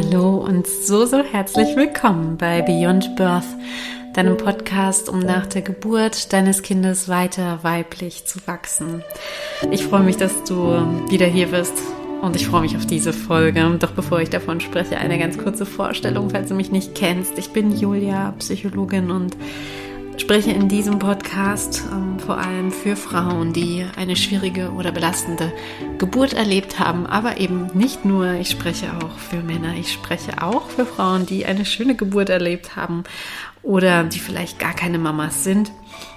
Hallo und so herzlich willkommen bei Beyond Birth, deinem Podcast, um nach der Geburt deines Kindes weiter weiblich zu wachsen. Ich freue mich, dass du wieder hier bist und ich freue mich auf diese Folge. Doch bevor ich davon spreche, eine ganz kurze Vorstellung, falls du mich nicht kennst. Ich bin Julia, Psychologin und spreche in diesem Podcast vor allem für Frauen, die eine schwierige oder belastende Geburt erlebt haben, aber eben nicht nur, ich spreche auch für Männer, ich spreche auch für Frauen, die eine schöne Geburt erlebt haben oder die vielleicht gar keine Mamas sind,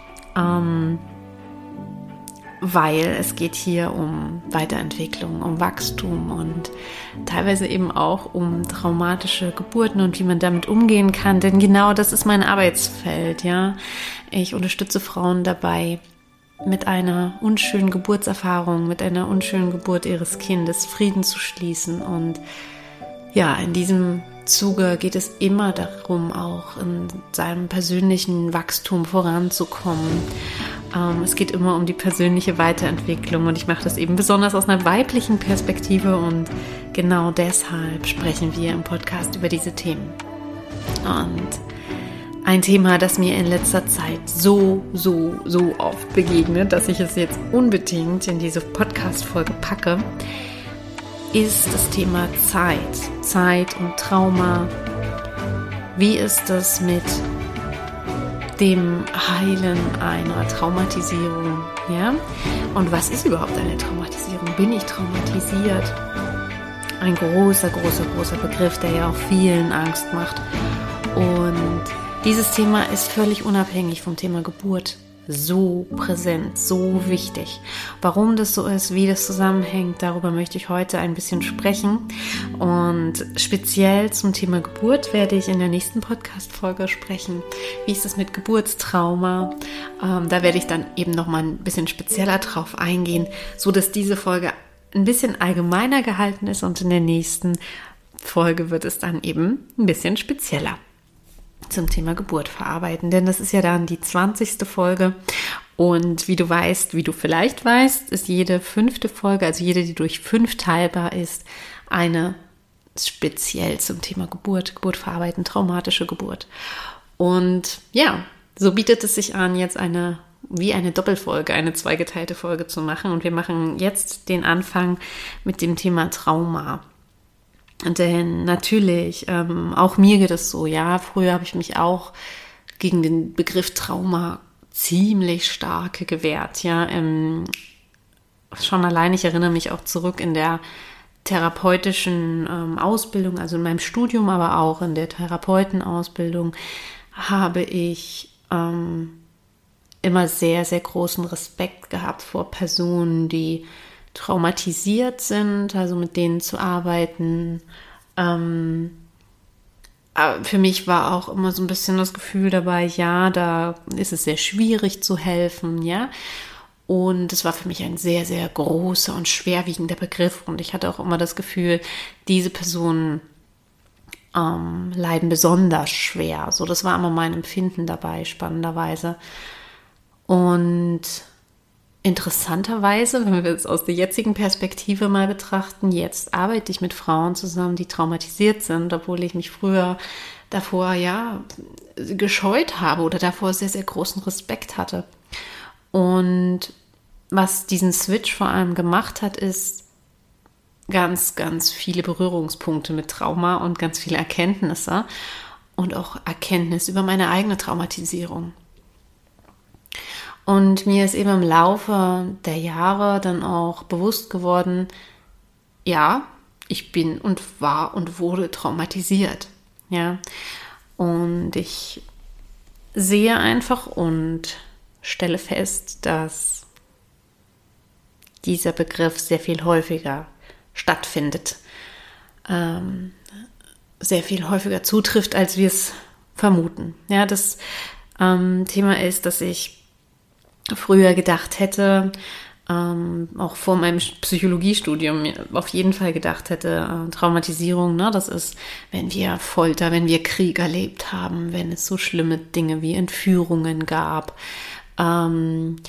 weil es geht hier um Weiterentwicklung, um Wachstum und teilweise eben auch um traumatische Geburten und wie man damit umgehen kann, denn genau das ist mein Arbeitsfeld, ja. Ich unterstütze Frauen dabei, mit einer unschönen Geburtserfahrung, mit einer unschönen Geburt ihres Kindes Frieden zu schließen und ja, in diesem Zuge geht es immer darum, auch in seinem persönlichen Wachstum voranzukommen. Es geht immer um die persönliche Weiterentwicklung und ich mache das eben besonders aus einer weiblichen Perspektive und genau deshalb sprechen wir im Podcast über diese Themen. Und ein Thema, das mir in letzter Zeit so oft begegnet, dass ich es jetzt unbedingt in diese Podcast-Folge packe, ist das Thema Zeit und Trauma. Wie ist es mit dem Heilen einer Traumatisierung? Ja? Und was ist überhaupt eine Traumatisierung? Bin ich traumatisiert? Ein großer Begriff, der ja auch vielen Angst macht. Und dieses Thema ist völlig unabhängig vom Thema Geburt so präsent, so wichtig. Warum das so ist, wie das zusammenhängt, darüber möchte ich heute ein bisschen sprechen. Und speziell zum Thema Geburt werde ich in der nächsten Podcast-Folge sprechen. Wie ist es mit Geburtstrauma? Da werde ich dann eben nochmal ein bisschen spezieller drauf eingehen, so dass diese Folge ein bisschen allgemeiner gehalten ist und in der nächsten Folge wird es dann eben ein bisschen spezieller zum Thema Geburt verarbeiten, denn das ist ja dann die 20. Folge und wie du vielleicht weißt, ist jede 5. Folge, also jede, die durch 5 teilbar ist, eine speziell zum Thema Geburt verarbeiten, traumatische Geburt. Und ja, so bietet es sich an, jetzt eine Doppelfolge, eine zweigeteilte Folge zu machen und wir machen jetzt den Anfang mit dem Thema Trauma. Denn natürlich, auch mir geht es so, ja, früher habe ich mich auch gegen den Begriff Trauma ziemlich stark gewehrt, ja, schon allein, ich erinnere mich auch zurück in der therapeutischen Ausbildung, also in meinem Studium, aber auch in der Therapeutenausbildung habe ich immer sehr großen Respekt gehabt vor Personen, die traumatisiert sind, also mit denen zu arbeiten. Aber für mich war auch immer so ein bisschen das Gefühl dabei, ja, da ist es sehr schwierig zu helfen, ja. Und es war für mich ein sehr großer und schwerwiegender Begriff und ich hatte auch immer das Gefühl, diese Personen leiden besonders schwer. So, das war immer mein Empfinden dabei, spannenderweise. Und interessanterweise, wenn wir es aus der jetzigen Perspektive mal betrachten, jetzt arbeite ich mit Frauen zusammen, die traumatisiert sind, obwohl ich mich früher davor gescheut habe oder davor sehr großen Respekt hatte. Und was diesen Switch vor allem gemacht hat, ist ganz viele Berührungspunkte mit Trauma und ganz viele Erkenntnisse und auch Erkenntnis über meine eigene Traumatisierung. Und mir ist eben im Laufe der Jahre dann auch bewusst geworden, ja, ich bin und war und wurde traumatisiert, ja. Und ich sehe einfach und stelle fest, dass dieser Begriff sehr viel häufiger stattfindet, sehr viel häufiger zutrifft, als wir es vermuten. Ja, das Thema ist, dass ich früher gedacht hätte, auch vor meinem Psychologiestudium auf jeden Fall gedacht hätte, Traumatisierung, ne, das ist, wenn wir Folter, wenn wir Krieg erlebt haben, wenn es so schlimme Dinge wie Entführungen gab,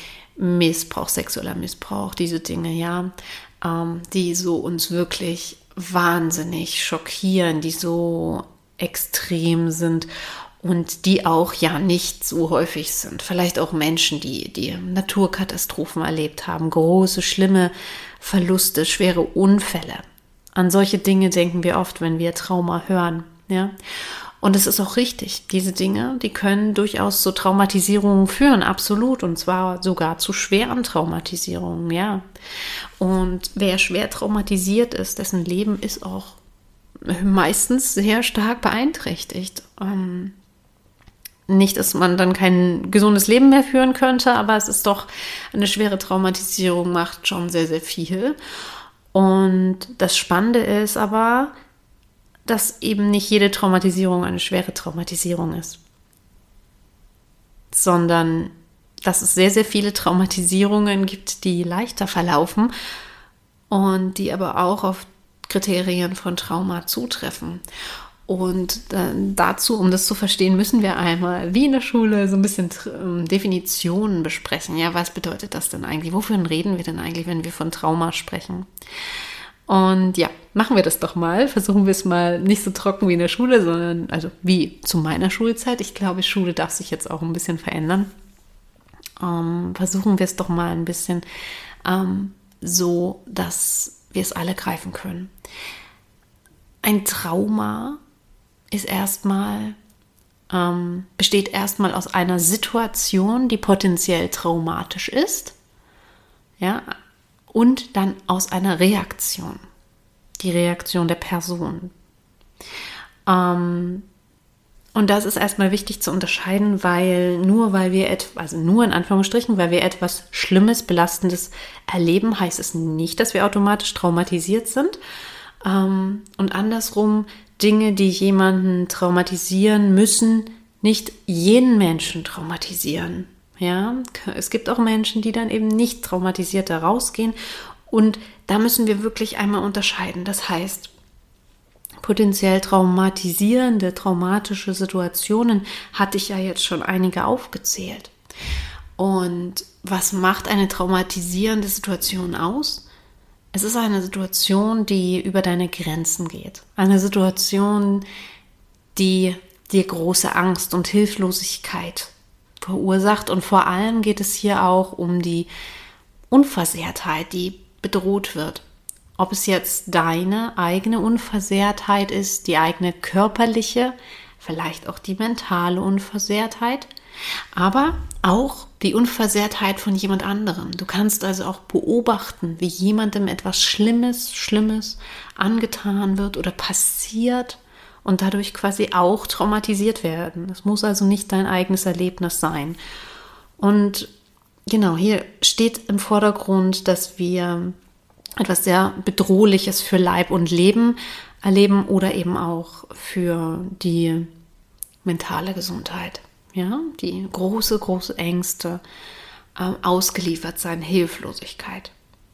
Missbrauch, sexueller Missbrauch, diese Dinge, ja, die so uns wirklich wahnsinnig schockieren, die so extrem sind und die auch ja nicht so häufig sind. Vielleicht auch Menschen, die Naturkatastrophen erlebt haben, große, schlimme Verluste, schwere Unfälle. An solche Dinge denken wir oft, wenn wir Trauma hören. Ja? Und es ist auch richtig, diese Dinge, die können durchaus zu Traumatisierungen führen, absolut, und zwar sogar zu schweren Traumatisierungen, ja. Und wer schwer traumatisiert ist, dessen Leben ist auch meistens sehr stark beeinträchtigt. Nicht, dass man dann kein gesundes Leben mehr führen könnte, aber es ist doch, eine schwere Traumatisierung macht schon sehr, sehr viel. Und das Spannende ist aber, dass eben nicht jede Traumatisierung eine schwere Traumatisierung ist, sondern dass es sehr, sehr viele Traumatisierungen gibt, die leichter verlaufen und die aber auch auf Kriterien von Trauma zutreffen. Und dazu, um das zu verstehen, müssen wir einmal, wie in der Schule, so ein bisschen Definitionen besprechen. Ja, was bedeutet das denn eigentlich? Wofür reden wir denn eigentlich, wenn wir von Trauma sprechen? Und ja, machen wir das doch mal. Versuchen wir es mal nicht so trocken wie in der Schule, sondern also wie zu meiner Schulzeit. Ich glaube, Schule darf sich jetzt auch ein bisschen verändern. Versuchen wir es doch mal ein bisschen so, dass wir es alle greifen können. Ein Trauma ist besteht erstmal aus einer Situation, die potenziell traumatisch ist, ja, und dann aus einer Reaktion, die Reaktion der Person. Und das ist erstmal wichtig zu unterscheiden, weil nur in Anführungsstrichen, weil wir etwas Schlimmes, Belastendes erleben, heißt es nicht, dass wir automatisch traumatisiert sind. Und andersrum, Dinge, die jemanden traumatisieren, müssen nicht jeden Menschen traumatisieren. Ja, es gibt auch Menschen, die dann eben nicht traumatisiert da rausgehen. Und da müssen wir wirklich einmal unterscheiden. Das heißt, potenziell traumatische Situationen hatte ich ja jetzt schon einige aufgezählt. Und was macht eine traumatisierende Situation aus? Es ist eine Situation, die über deine Grenzen geht. Eine Situation, die dir große Angst und Hilflosigkeit verursacht. Und vor allem geht es hier auch um die Unversehrtheit, die bedroht wird. Ob es jetzt deine eigene Unversehrtheit ist, die eigene körperliche, vielleicht auch die mentale Unversehrtheit, aber auch die Unversehrtheit von jemand anderem. Du kannst also auch beobachten, wie jemandem etwas Schlimmes angetan wird oder passiert und dadurch quasi auch traumatisiert werden. Das muss also nicht dein eigenes Erlebnis sein. Und genau, hier steht im Vordergrund, dass wir etwas sehr Bedrohliches für Leib und Leben erleben oder eben auch für die mentale Gesundheit. Ja, die große Ängste, ausgeliefert sein, Hilflosigkeit.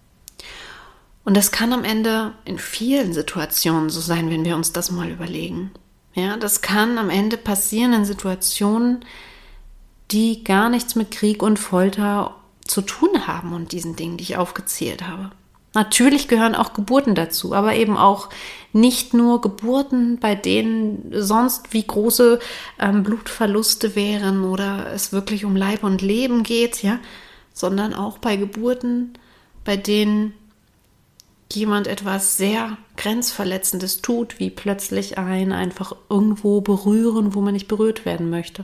Und das kann am Ende in vielen Situationen so sein, wenn wir uns das mal überlegen. Ja, das kann am Ende passieren in Situationen, die gar nichts mit Krieg und Folter zu tun haben und diesen Dingen, die ich aufgezählt habe. Natürlich gehören auch Geburten dazu, aber eben auch nicht nur Geburten, bei denen sonst wie große Blutverluste wären oder es wirklich um Leib und Leben geht, ja, sondern auch bei Geburten, bei denen jemand etwas sehr Grenzverletzendes tut, wie plötzlich einfach irgendwo berühren, wo man nicht berührt werden möchte.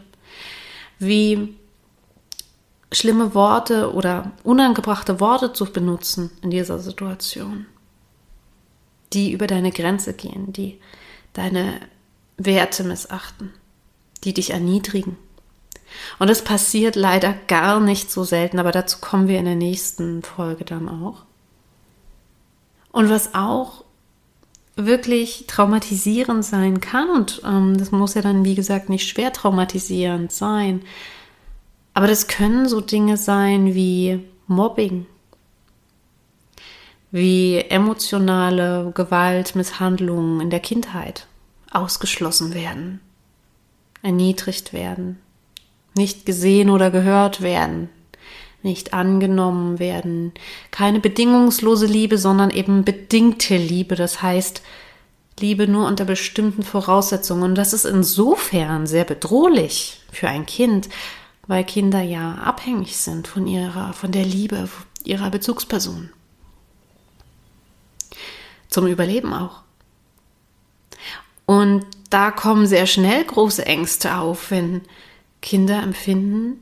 Wie schlimme Worte oder unangebrachte Worte zu benutzen in dieser Situation, die über deine Grenze gehen, die deine Werte missachten, die dich erniedrigen. Und das passiert leider gar nicht so selten, aber dazu kommen wir in der nächsten Folge dann auch. Und was auch wirklich traumatisierend sein kann, und das muss ja dann, wie gesagt, nicht schwer traumatisierend sein, aber das können so Dinge sein wie Mobbing, wie emotionale Gewalt, Misshandlungen in der Kindheit, ausgeschlossen werden, erniedrigt werden, nicht gesehen oder gehört werden, nicht angenommen werden. Keine bedingungslose Liebe, sondern eben bedingte Liebe. Das heißt, Liebe nur unter bestimmten Voraussetzungen. Und das ist insofern sehr bedrohlich für ein Kind, weil Kinder ja abhängig sind von der Liebe ihrer Bezugsperson. Zum Überleben auch. Und da kommen sehr schnell große Ängste auf, wenn Kinder empfinden,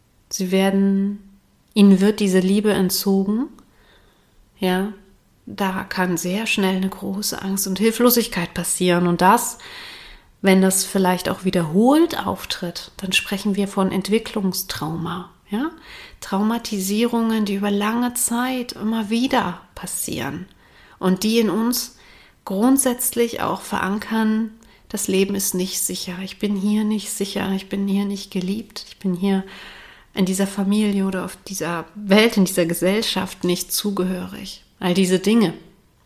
ihnen wird diese Liebe entzogen. Ja, da kann sehr schnell eine große Angst und Hilflosigkeit passieren. Und das, wenn das vielleicht auch wiederholt auftritt, dann sprechen wir von Entwicklungstrauma. Ja? Traumatisierungen, die über lange Zeit immer wieder passieren und die in uns grundsätzlich auch verankern, das Leben ist nicht sicher, ich bin hier nicht sicher, ich bin hier nicht geliebt, ich bin hier in dieser Familie oder auf dieser Welt, in dieser Gesellschaft nicht zugehörig. All diese Dinge.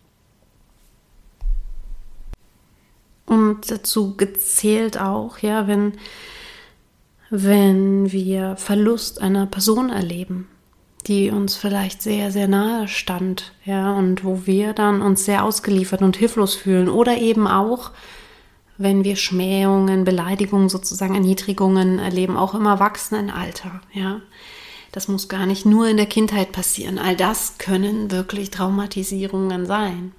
Und dazu gezählt auch, ja, wenn wir Verlust einer Person erleben, die uns vielleicht sehr, sehr nahe stand, ja, und wo wir dann uns sehr ausgeliefert und hilflos fühlen. Oder eben auch, wenn wir Schmähungen, Beleidigungen, sozusagen Erniedrigungen erleben, auch im Erwachsenenalter, ja. Das muss gar nicht nur in der Kindheit passieren. All das können wirklich Traumatisierungen sein.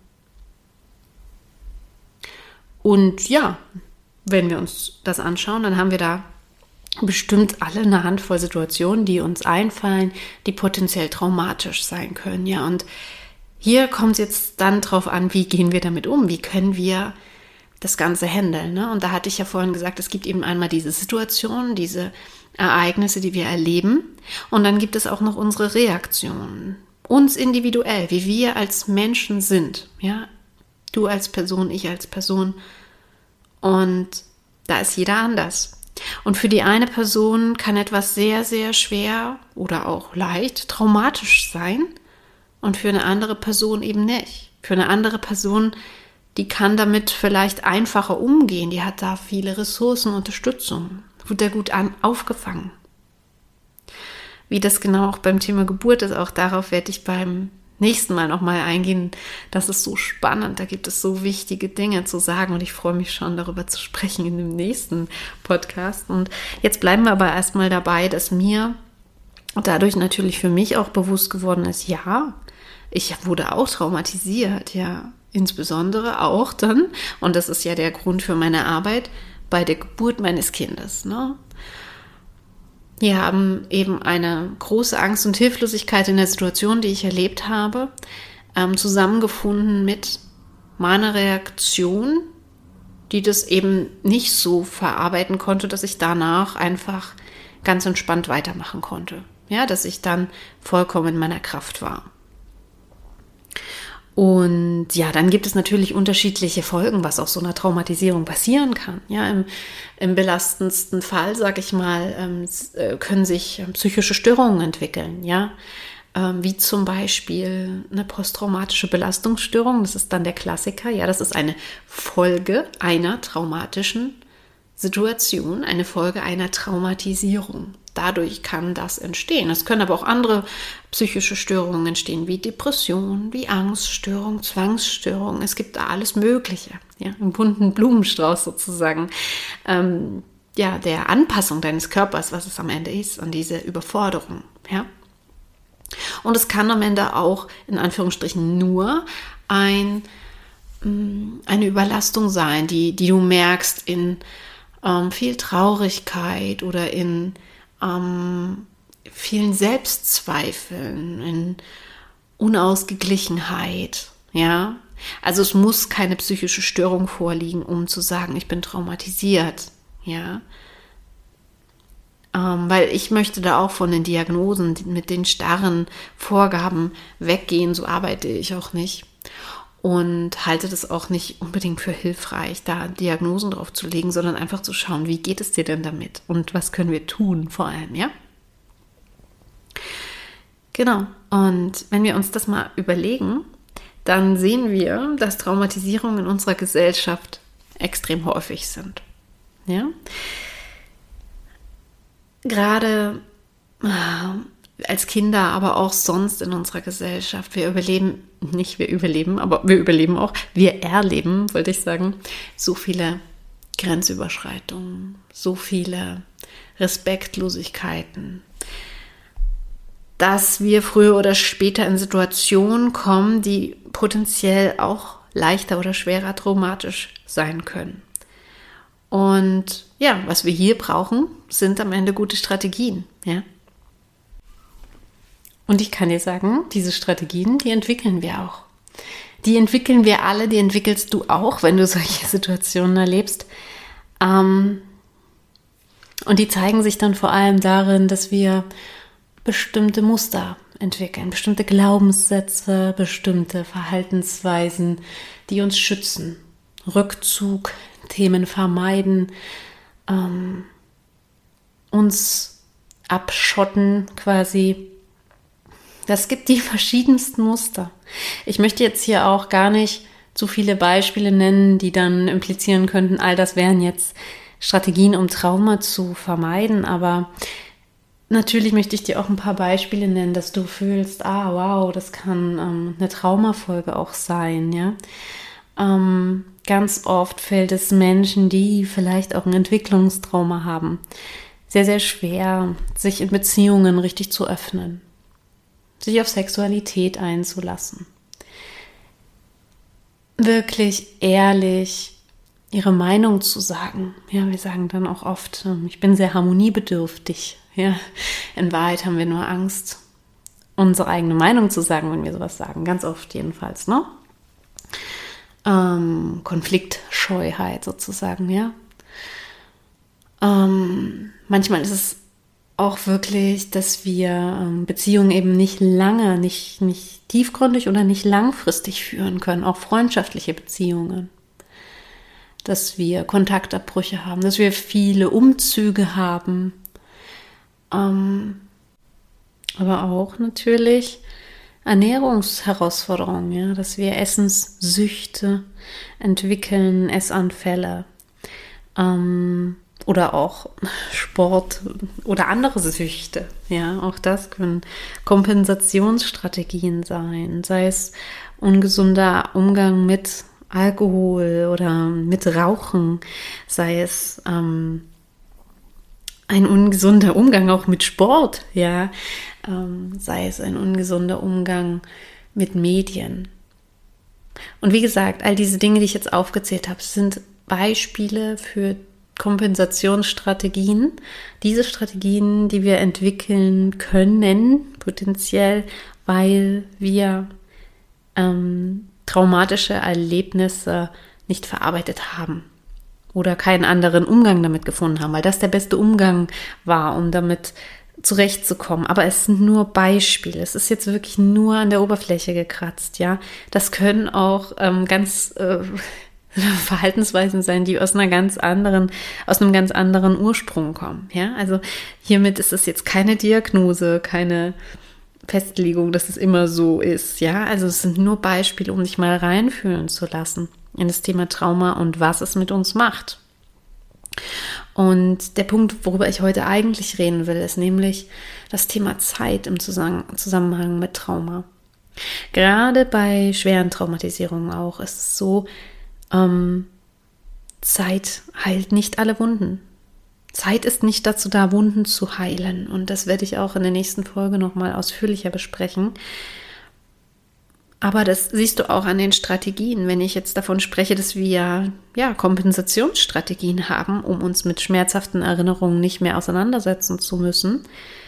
Und ja, wenn wir uns das anschauen, dann haben wir da bestimmt alle eine Handvoll Situationen, die uns einfallen, die potenziell traumatisch sein können. Ja, und hier kommt es jetzt dann drauf an, wie gehen wir damit um? Wie können wir das Ganze handeln? Ne? Und da hatte ich ja vorhin gesagt, es gibt eben einmal diese Situation, diese Ereignisse, die wir erleben. Und dann gibt es auch noch unsere Reaktionen. Uns individuell, wie wir als Menschen sind. Ja? Du als Person, ich als Person. Und da ist jeder anders. Und für die eine Person kann etwas sehr, sehr schwer oder auch leicht traumatisch sein und für eine andere Person eben nicht. Für eine andere Person, die kann damit vielleicht einfacher umgehen, die hat da viele Ressourcen, Unterstützung, wird da gut aufgefangen. Wie das genau auch beim Thema Geburt ist, auch darauf werde ich beim nächsten Mal nochmal eingehen. Das ist so spannend, da gibt es so wichtige Dinge zu sagen und ich freue mich schon, darüber zu sprechen in dem nächsten Podcast. Und jetzt bleiben wir aber erstmal dabei, dass mir dadurch natürlich für mich auch bewusst geworden ist, ja, ich wurde auch traumatisiert, ja, insbesondere auch dann, und das ist ja der Grund für meine Arbeit, bei der Geburt meines Kindes, ne? Wir haben eben eine große Angst und Hilflosigkeit in der Situation, die ich erlebt habe, zusammengefunden mit meiner Reaktion, die das eben nicht so verarbeiten konnte, dass ich danach einfach ganz entspannt weitermachen konnte. Ja, dass ich dann vollkommen in meiner Kraft war. Und ja, dann gibt es natürlich unterschiedliche Folgen, was aus so einer Traumatisierung passieren kann. Ja, im belastendsten Fall, sage ich mal, können sich psychische Störungen entwickeln. Ja, wie zum Beispiel eine posttraumatische Belastungsstörung. Das ist dann der Klassiker. Ja, das ist eine Folge einer traumatischen Situation, eine Folge einer Traumatisierung. Dadurch kann das entstehen. Es können aber auch andere psychische Störungen entstehen, wie Depression, wie Angststörung, Zwangsstörung. Es gibt da alles Mögliche, ja, einen bunten Blumenstrauß sozusagen, der Anpassung deines Körpers, was es am Ende ist, an diese Überforderung. Ja. Und es kann am Ende auch, in Anführungsstrichen, nur eine Überlastung sein, die du merkst in viel Traurigkeit oder in vielen Selbstzweifeln, in Unausgeglichenheit, ja. Also es muss keine psychische Störung vorliegen, um zu sagen, ich bin traumatisiert, ja. Weil ich möchte da auch von den Diagnosen mit den starren Vorgaben weggehen, so arbeite ich auch nicht. Und halte das auch nicht unbedingt für hilfreich, da Diagnosen drauf zu legen, sondern einfach zu schauen, wie geht es dir denn damit und was können wir tun vor allem, ja? Genau, und wenn wir uns das mal überlegen, dann sehen wir, dass Traumatisierungen in unserer Gesellschaft extrem häufig sind, ja? Gerade als Kinder, aber auch sonst in unserer Gesellschaft. Wir erleben auch, wir erleben, wollte ich sagen, so viele Grenzüberschreitungen, so viele Respektlosigkeiten, dass wir früher oder später in Situationen kommen, die potenziell auch leichter oder schwerer traumatisch sein können. Und ja, was wir hier brauchen, sind am Ende gute Strategien, ja. Und ich kann dir sagen, diese Strategien, die entwickeln wir auch. Die entwickeln wir alle, die entwickelst du auch, wenn du solche Situationen erlebst. Und die zeigen sich dann vor allem darin, dass wir bestimmte Muster entwickeln, bestimmte Glaubenssätze, bestimmte Verhaltensweisen, die uns schützen. Rückzug, Themen vermeiden, uns abschotten quasi. Das gibt die verschiedensten Muster. Ich möchte jetzt hier auch gar nicht zu viele Beispiele nennen, die dann implizieren könnten, all das wären jetzt Strategien, um Trauma zu vermeiden, aber natürlich möchte ich dir auch ein paar Beispiele nennen, dass du fühlst, wow, das kann eine Traumafolge auch sein, ja. Ganz oft fällt es Menschen, die vielleicht auch ein Entwicklungstrauma haben, sehr, sehr schwer, sich in Beziehungen richtig zu öffnen, sich auf Sexualität einzulassen, wirklich ehrlich ihre Meinung zu sagen. Ja, wir sagen dann auch oft, ich bin sehr harmoniebedürftig. Ja, in Wahrheit haben wir nur Angst, unsere eigene Meinung zu sagen, wenn wir sowas sagen. Ganz oft jedenfalls, ne? Konfliktscheuheit sozusagen, ja. Manchmal ist es auch wirklich, dass wir Beziehungen eben nicht lange, nicht tiefgründig oder nicht langfristig führen können, auch freundschaftliche Beziehungen. Dass wir Kontaktabbrüche haben, dass wir viele Umzüge haben, aber auch natürlich Ernährungsherausforderungen, ja, dass wir Essenssüchte entwickeln, Essanfälle, oder auch Sport oder andere Süchte. Ja, auch das können Kompensationsstrategien sein, sei es ungesunder Umgang mit Alkohol oder mit Rauchen, sei es ein ungesunder Umgang auch mit Sport, ja, sei es ein ungesunder Umgang mit Medien. Und wie gesagt, all diese Dinge, die ich jetzt aufgezählt habe, sind Beispiele für Kompensationsstrategien. Diese Strategien, die wir entwickeln können, potenziell, weil wir traumatische Erlebnisse nicht verarbeitet haben oder keinen anderen Umgang damit gefunden haben, weil das der beste Umgang war, um damit zurechtzukommen. Aber es sind nur Beispiele. Es ist jetzt wirklich nur an der Oberfläche gekratzt, ja. Das können auch ganz Verhaltensweisen sein, die aus einem ganz anderen Ursprung kommen, ja. Also hiermit ist es jetzt keine Diagnose, keine Festlegung, dass es immer so ist, ja. Also es sind nur Beispiele, um dich mal reinfühlen zu lassen in das Thema Trauma und was es mit uns macht. Und der Punkt, worüber ich heute eigentlich reden will, ist nämlich das Thema Zeit im Zusammenhang mit Trauma. Gerade bei schweren Traumatisierungen auch ist es so, Zeit heilt nicht alle Wunden. Zeit ist nicht dazu da, Wunden zu heilen. Und das werde ich auch in der nächsten Folge nochmal ausführlicher besprechen. Aber das siehst du auch an den Strategien, wenn ich jetzt davon spreche, dass wir Kompensationsstrategien haben, um uns mit schmerzhaften Erinnerungen nicht mehr auseinandersetzen zu müssen,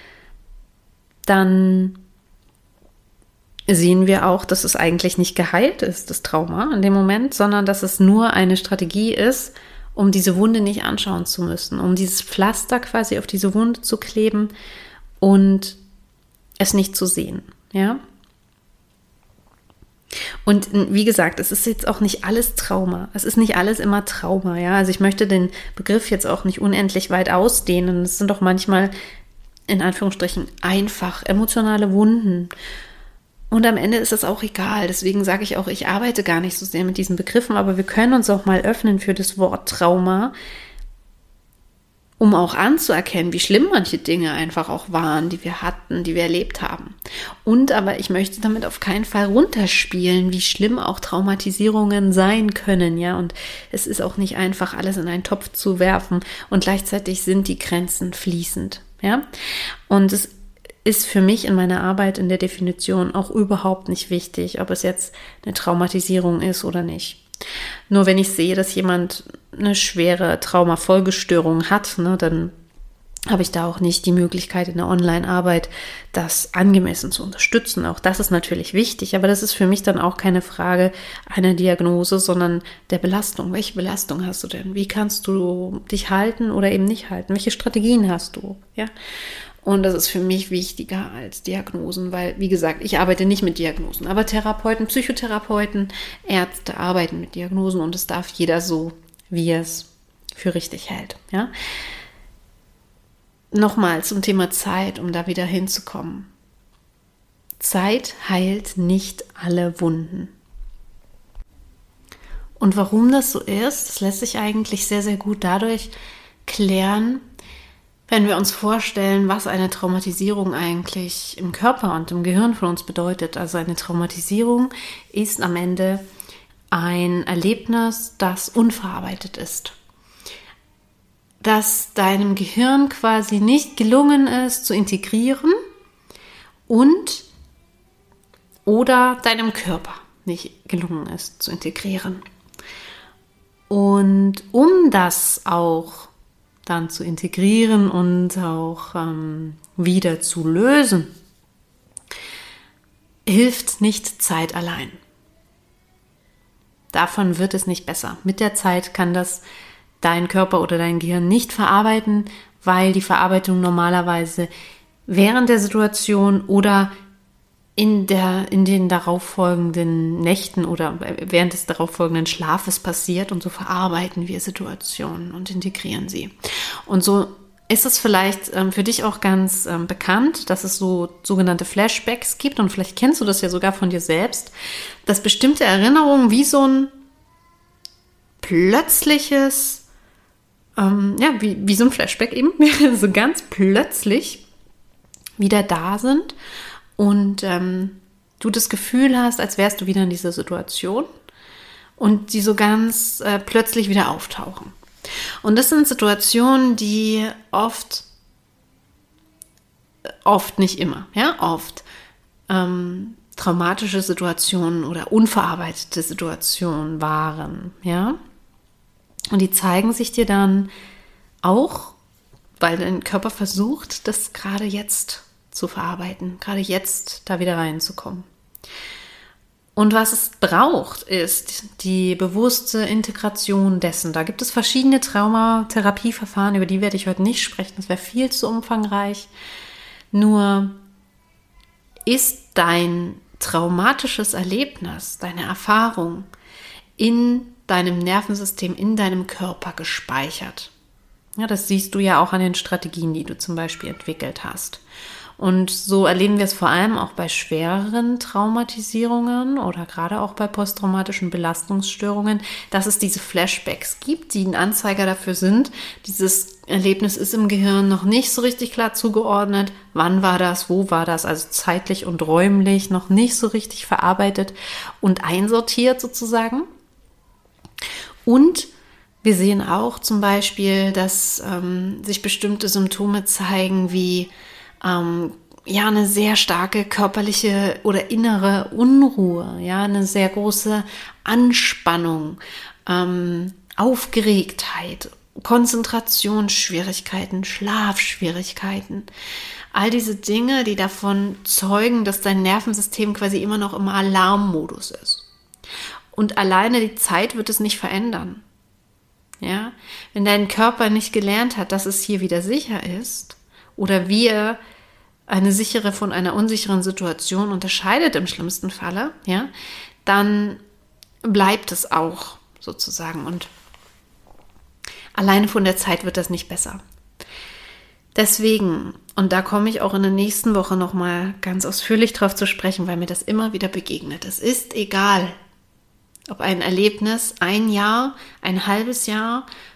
dann sehen wir auch, dass es eigentlich nicht geheilt ist, das Trauma in dem Moment, sondern dass es nur eine Strategie ist, um diese Wunde nicht anschauen zu müssen, um dieses Pflaster quasi auf diese Wunde zu kleben und es nicht zu sehen, ja. Und wie gesagt, es ist jetzt auch nicht alles Trauma. Es ist nicht alles immer Trauma, ja. Also ich möchte den Begriff jetzt auch nicht unendlich weit ausdehnen. Es sind doch manchmal, in Anführungsstrichen, einfach emotionale Wunden. Und am Ende ist es auch egal. Deswegen sage ich auch, ich arbeite gar nicht so sehr mit diesen Begriffen, aber wir können uns auch mal öffnen für das Wort Trauma um auch anzuerkennen, wie schlimm manche Dinge einfach auch waren, die wir hatten, die wir erlebt haben. Und aber ich möchte damit auf keinen Fall runterspielen, wie schlimm auch Traumatisierungen sein können, ja. Und es ist auch nicht einfach, alles in einen Topf zu werfen und gleichzeitig sind die Grenzen fließend, ja. Und es ist für mich in meiner Arbeit in der Definition auch überhaupt nicht wichtig, ob es jetzt eine Traumatisierung ist oder nicht. Nur wenn ich sehe, dass jemand eine schwere Traumafolgestörung hat, ne, dann habe ich da auch nicht die Möglichkeit in der Online-Arbeit, das angemessen zu unterstützen. Auch das ist natürlich wichtig, aber das ist für mich dann auch keine Frage einer Diagnose, sondern der Belastung. Welche Belastung hast du denn? Wie kannst du dich halten oder eben nicht halten? Welche Strategien hast du? Ja. Und das ist für mich wichtiger als Diagnosen, weil, wie gesagt, ich arbeite nicht mit Diagnosen, aber Therapeuten, Psychotherapeuten, Ärzte arbeiten mit Diagnosen und es darf jeder so, wie er es für richtig hält. Ja? Nochmal zum Thema Zeit, um da wieder hinzukommen. Zeit heilt nicht alle Wunden. Und warum das so ist, das lässt sich eigentlich sehr, sehr gut dadurch klären, wenn wir uns vorstellen, was eine Traumatisierung eigentlich im Körper und im Gehirn von uns bedeutet. Also eine Traumatisierung ist am Ende ein Erlebnis, das unverarbeitet ist. Dass deinem Gehirn quasi nicht gelungen ist, zu integrieren und oder deinem Körper nicht gelungen ist, zu integrieren. Und um das auch dann zu integrieren und auch wieder zu lösen, hilft nicht Zeit allein. Davon wird es nicht besser. Mit der Zeit kann das dein Körper oder dein Gehirn nicht verarbeiten, weil die Verarbeitung normalerweise während der Situation oder in den darauffolgenden Nächten oder während des darauffolgenden Schlafes passiert, und so verarbeiten wir Situationen und integrieren sie. Und so ist es vielleicht für dich auch ganz bekannt, dass es so sogenannte Flashbacks gibt, und vielleicht kennst du das ja sogar von dir selbst, dass bestimmte Erinnerungen wie so ein plötzliches, wie so ein Flashback eben, so ganz plötzlich wieder da sind. Und du das Gefühl hast, als wärst du wieder in dieser Situation und die so ganz plötzlich wieder auftauchen. Und das sind Situationen, die oft nicht immer, ja, oft traumatische Situationen oder unverarbeitete Situationen waren, ja. Und die zeigen sich dir dann auch, weil dein Körper versucht, das gerade jetzt zu verarbeiten, gerade jetzt da wieder reinzukommen. Und was es braucht, ist die bewusste Integration dessen. Da gibt es verschiedene Traumatherapieverfahren, über die werde ich heute nicht sprechen, das wäre viel zu umfangreich. Nur ist dein traumatisches Erlebnis, deine Erfahrung in deinem Nervensystem, in deinem Körper gespeichert. Ja, das siehst du ja auch an den Strategien, die du zum Beispiel entwickelt hast. Und so erleben wir es vor allem auch bei schwereren Traumatisierungen oder gerade auch bei posttraumatischen Belastungsstörungen, dass es diese Flashbacks gibt, die ein Anzeiger dafür sind. Dieses Erlebnis ist im Gehirn noch nicht so richtig klar zugeordnet. Wann war das? Wo war das? Also zeitlich und räumlich noch nicht so richtig verarbeitet und einsortiert sozusagen. Und wir sehen auch zum Beispiel, dass sich bestimmte Symptome zeigen wie eine sehr starke körperliche oder innere Unruhe, ja, eine sehr große Anspannung, Aufgeregtheit, Konzentrationsschwierigkeiten, Schlafschwierigkeiten. All diese Dinge, die davon zeugen, dass dein Nervensystem quasi immer noch im Alarmmodus ist. Und alleine die Zeit wird es nicht verändern. Ja, wenn dein Körper nicht gelernt hat, dass es hier wieder sicher ist, oder wie er eine sichere von einer unsicheren Situation unterscheidet im schlimmsten Falle, ja, dann bleibt es auch sozusagen. Und alleine von der Zeit wird das nicht besser. Deswegen, und da komme ich auch in der nächsten Woche nochmal ganz ausführlich drauf zu sprechen, weil mir das immer wieder begegnet. Es ist egal, ob ein Erlebnis 1 Jahr, ein halbes Jahr,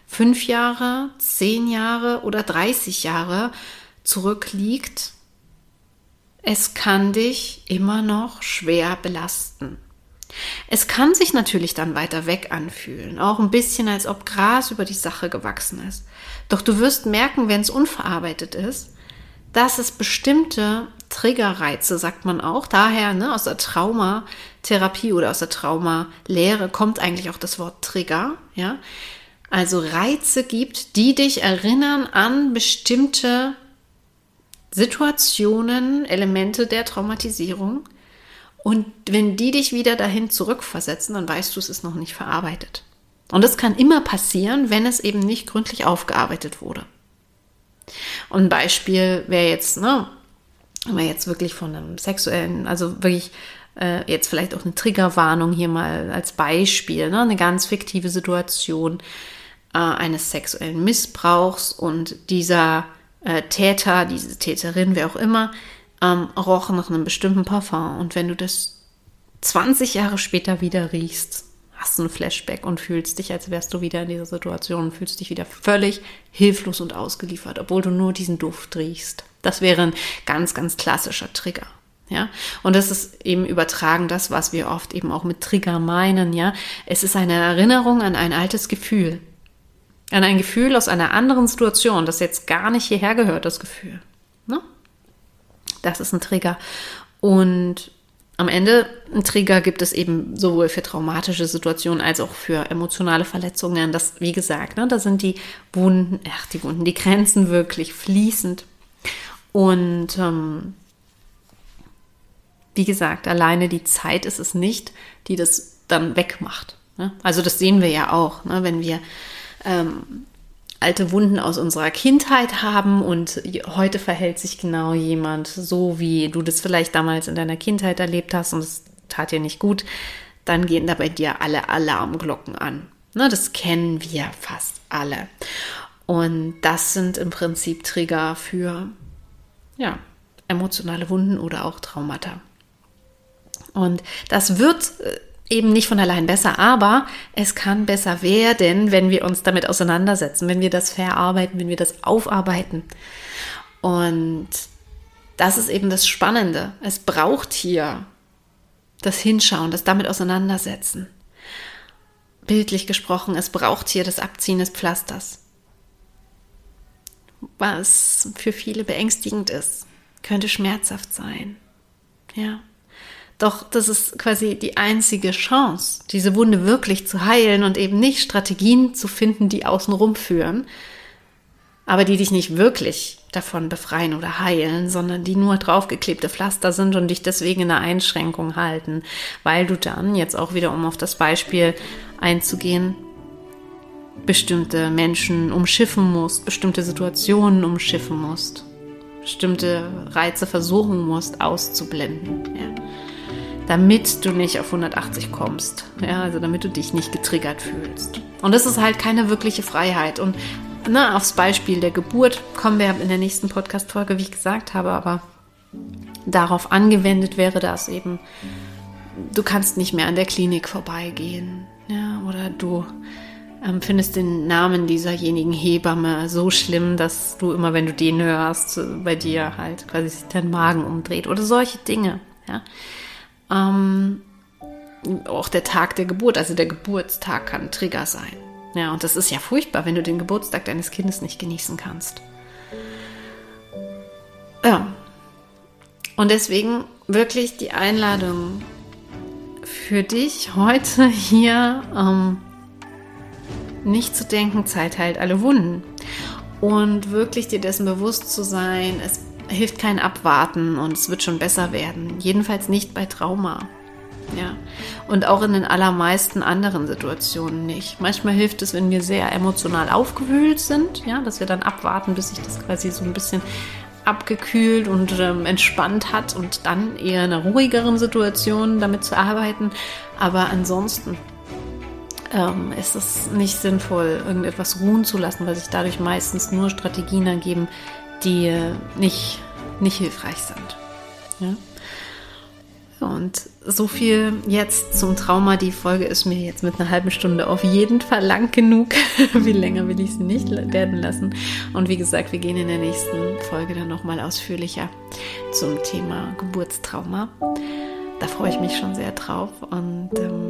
5 Jahre, 10 Jahre oder 30 Jahre zurückliegt, es kann dich immer noch schwer belasten. Es kann sich natürlich dann weiter weg anfühlen, auch ein bisschen, als ob Gras über die Sache gewachsen ist. Doch du wirst merken, wenn es unverarbeitet ist, dass es bestimmte Triggerreize, sagt man auch, daher aus der Traumatherapie oder aus der Traumalehre kommt eigentlich auch das Wort Trigger, ja, also Reize gibt, die dich erinnern an bestimmte Situationen, Elemente der Traumatisierung. Und wenn die dich wieder dahin zurückversetzen, dann weißt du, es ist noch nicht verarbeitet. Und das kann immer passieren, wenn es eben nicht gründlich aufgearbeitet wurde. Und ein Beispiel wäre jetzt, wenn wir jetzt wirklich von einem sexuellen, also wirklich jetzt vielleicht auch eine Triggerwarnung hier mal als Beispiel, eine ganz fiktive Situation eines sexuellen Missbrauchs und dieser Täter, diese Täterin, wer auch immer, roch nach einem bestimmten Parfum. Und wenn du das 20 Jahre später wieder riechst, hast du ein Flashback und fühlst dich, als wärst du wieder in dieser Situation, fühlst dich wieder völlig hilflos und ausgeliefert, obwohl du nur diesen Duft riechst. Das wäre ein ganz, ganz klassischer Trigger. Ja, und das ist eben übertragen das, was wir oft eben auch mit Trigger meinen. Ja, es ist eine Erinnerung an ein altes Gefühl, an ein Gefühl aus einer anderen Situation, das jetzt gar nicht hierher gehört, das Gefühl. Ne? Das ist ein Trigger. Und am Ende, ein Trigger gibt es eben sowohl für traumatische Situationen als auch für emotionale Verletzungen. Das, wie gesagt, da sind die die Grenzen wirklich fließend. Und wie gesagt, alleine die Zeit ist es nicht, die das dann wegmacht. Ne? Also das sehen wir ja auch, wenn wir alte Wunden aus unserer Kindheit haben und heute verhält sich genau jemand so, wie du das vielleicht damals in deiner Kindheit erlebt hast und es tat dir nicht gut, dann gehen da bei dir alle Alarmglocken an. Das kennen wir fast alle. Und das sind im Prinzip Trigger für emotionale Wunden oder auch Traumata. Und das wird eben nicht von allein besser, aber es kann besser werden, wenn wir uns damit auseinandersetzen, wenn wir das verarbeiten, wenn wir das aufarbeiten. Und das ist eben das Spannende. Es braucht hier das Hinschauen, das damit auseinandersetzen. Bildlich gesprochen, es braucht hier das Abziehen des Pflasters. Was für viele beängstigend ist, könnte schmerzhaft sein. Ja. Doch das ist quasi die einzige Chance, diese Wunde wirklich zu heilen und eben nicht Strategien zu finden, die außenrum führen, aber die dich nicht wirklich davon befreien oder heilen, sondern die nur draufgeklebte Pflaster sind und dich deswegen in einer Einschränkung halten, weil du dann, jetzt auch wieder um auf das Beispiel einzugehen, bestimmte Menschen umschiffen musst, bestimmte Situationen umschiffen musst, bestimmte Reize versuchen musst auszublenden, ja. Damit du nicht auf 180 kommst, ja, also damit du dich nicht getriggert fühlst. Und das ist halt keine wirkliche Freiheit. Und aufs Beispiel der Geburt kommen wir in der nächsten Podcast-Folge, wie ich gesagt habe, aber darauf angewendet wäre das eben, du kannst nicht mehr an der Klinik vorbeigehen, ja, oder du findest den Namen dieserjenigen Hebamme so schlimm, dass du immer, wenn du den hörst, bei dir halt quasi sich dein Magen umdreht oder solche Dinge, ja. Auch der Tag der Geburt, also der Geburtstag kann ein Trigger sein. Ja, und das ist ja furchtbar, wenn du den Geburtstag deines Kindes nicht genießen kannst. Ja. Und deswegen wirklich die Einladung für dich heute hier, nicht zu denken, Zeit heilt alle Wunden. Und wirklich dir dessen bewusst zu sein, es hilft kein Abwarten und es wird schon besser werden. Jedenfalls nicht bei Trauma. Ja. Und auch in den allermeisten anderen Situationen nicht. Manchmal hilft es, wenn wir sehr emotional aufgewühlt sind, ja, dass wir dann abwarten, bis sich das quasi so ein bisschen abgekühlt und entspannt hat und dann eher in einer ruhigeren Situation damit zu arbeiten. Aber ansonsten ist es nicht sinnvoll, irgendetwas ruhen zu lassen, weil sich dadurch meistens nur Strategien ergeben, die nicht hilfreich sind. Ja? und so viel jetzt zum Trauma. Die Folge ist mir jetzt mit einer halben Stunde auf jeden Fall lang genug. Wie länger will ich sie nicht werden lassen. Und wie gesagt, wir gehen in der nächsten Folge dann nochmal ausführlicher zum Thema Geburtstrauma. Da freue ich mich schon sehr drauf. Und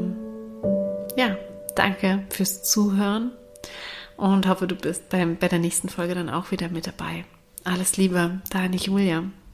danke fürs Zuhören und hoffe, du bist bei der nächsten Folge dann auch wieder mit dabei. Alles Liebe, deine Julia.